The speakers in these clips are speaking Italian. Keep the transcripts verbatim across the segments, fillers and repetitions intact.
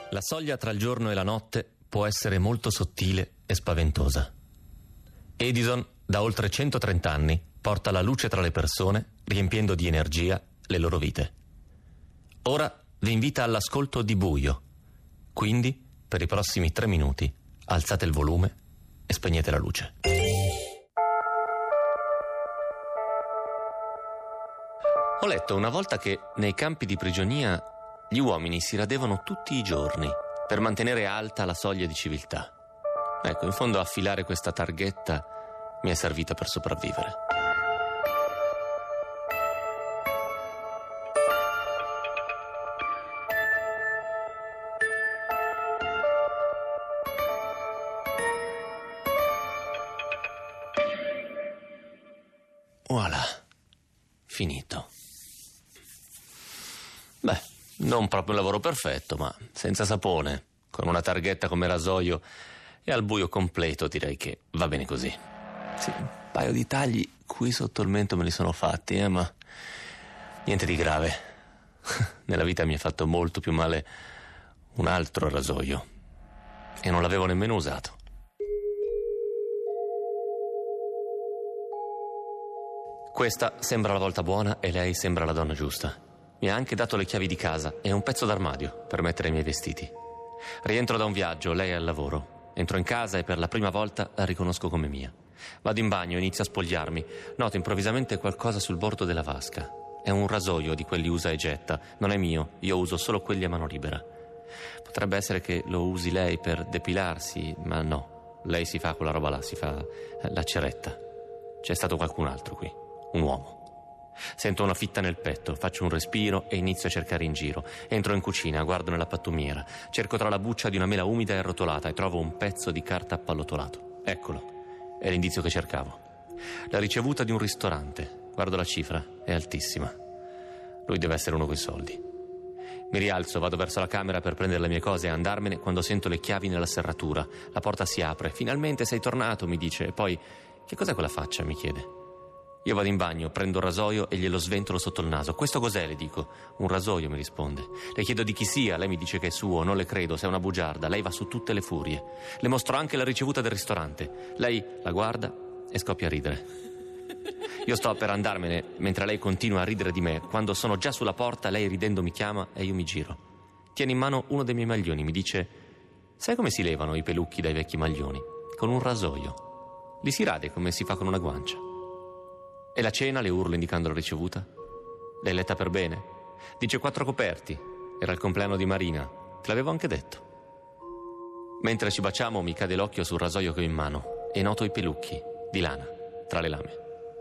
La soglia tra il giorno e la notte può essere molto sottile e spaventosa. Edison, da oltre centotrenta anni, porta la luce tra le persone, riempiendo di energia le loro vite. Ora vi invita all'ascolto di Buio. Quindi, per i prossimi tre minuti, alzate il volume e spegnete la luce. Ho letto una volta che nei campi di prigionia gli uomini si radevano tutti i giorni per mantenere alta la soglia di civiltà. Ecco, in fondo affilare questa targhetta mi è servita per sopravvivere. Voilà, finito. Beh, non proprio un lavoro perfetto, ma senza sapone, con una targhetta come rasoio e al buio completo, direi che va bene così. Sì, un paio di tagli qui sotto il mento me li sono fatti, eh, ma niente di grave. Nella vita mi ha fatto molto più male un altro rasoio e non l'avevo nemmeno usato. Questa sembra la volta buona e lei sembra la donna giusta. Mi ha anche dato le chiavi di casa e un pezzo d'armadio per mettere i miei vestiti. Rientro da un viaggio, lei è al lavoro. Entro in casa e per la prima volta la riconosco come mia. Vado in bagno, inizio a spogliarmi. Noto improvvisamente qualcosa sul bordo della vasca. È un rasoio di quelli usa e getta. Non è mio, io uso solo quelli a mano libera. Potrebbe essere che lo usi lei per depilarsi, ma no. Lei si fa quella roba là, si fa la ceretta. C'è stato qualcun altro qui, un uomo. Sento una fitta nel petto, faccio un respiro e inizio a cercare in giro. Entro in cucina, guardo nella pattumiera, cerco tra la buccia di una mela umida e arrotolata e trovo un pezzo di carta appallottolato. Eccolo, è l'indizio che cercavo. La ricevuta di un ristorante. Guardo la cifra, è altissima. Lui deve essere uno coi soldi. Mi rialzo, vado verso la camera per prendere le mie cose e andarmene quando sento le chiavi nella serratura. La porta si apre. Finalmente sei tornato, mi dice. E poi, che cos'è quella faccia, mi chiede. Io vado in bagno, prendo il rasoio e glielo sventolo sotto il naso. Questo cos'è, le dico. Un rasoio, mi risponde. Le chiedo di chi sia, lei mi dice che è suo, non le credo, sei una bugiarda. Lei va su tutte le furie. Le mostro anche la ricevuta del ristorante. Lei la guarda e scoppia a ridere. Io sto per andarmene mentre lei continua a ridere di me. Quando sono già sulla porta, lei ridendo mi chiama e io mi giro. Tiene in mano uno dei miei maglioni, mi dice: sai come si levano i pelucchi dai vecchi maglioni? Con un rasoio. Li si rade come si fa con una guancia. E la cena, le urlo indicando la ricevuta. L'hai letta per bene? Dice quattro coperti. Era il compleanno di Marina. Te l'avevo anche detto. Mentre ci baciamo mi cade l'occhio sul rasoio che ho in mano e noto i pelucchi di lana tra le lame.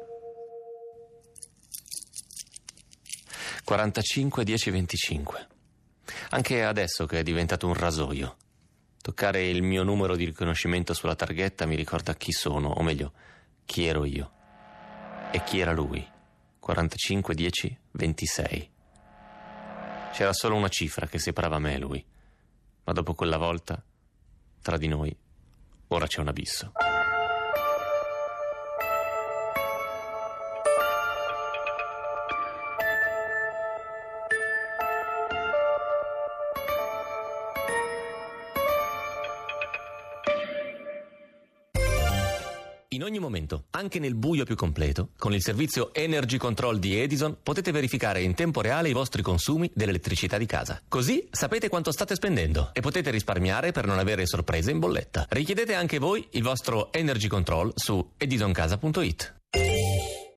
quarantacinque dieci venticinque. Anche adesso che è diventato un rasoio, toccare il mio numero di riconoscimento sulla targhetta mi ricorda chi sono, o meglio, chi ero io. E chi era lui? quarantacinque dieci ventisei. C'era solo una cifra che separava me e lui. Ma dopo quella volta, tra di noi, ora c'è un abisso. In ogni momento, anche nel buio più completo, con il servizio Energy Control di Edison potete verificare in tempo reale i vostri consumi dell'elettricità di casa. Così sapete quanto state spendendo e potete risparmiare per non avere sorprese in bolletta. Richiedete anche voi il vostro Energy Control su edison casa punto it.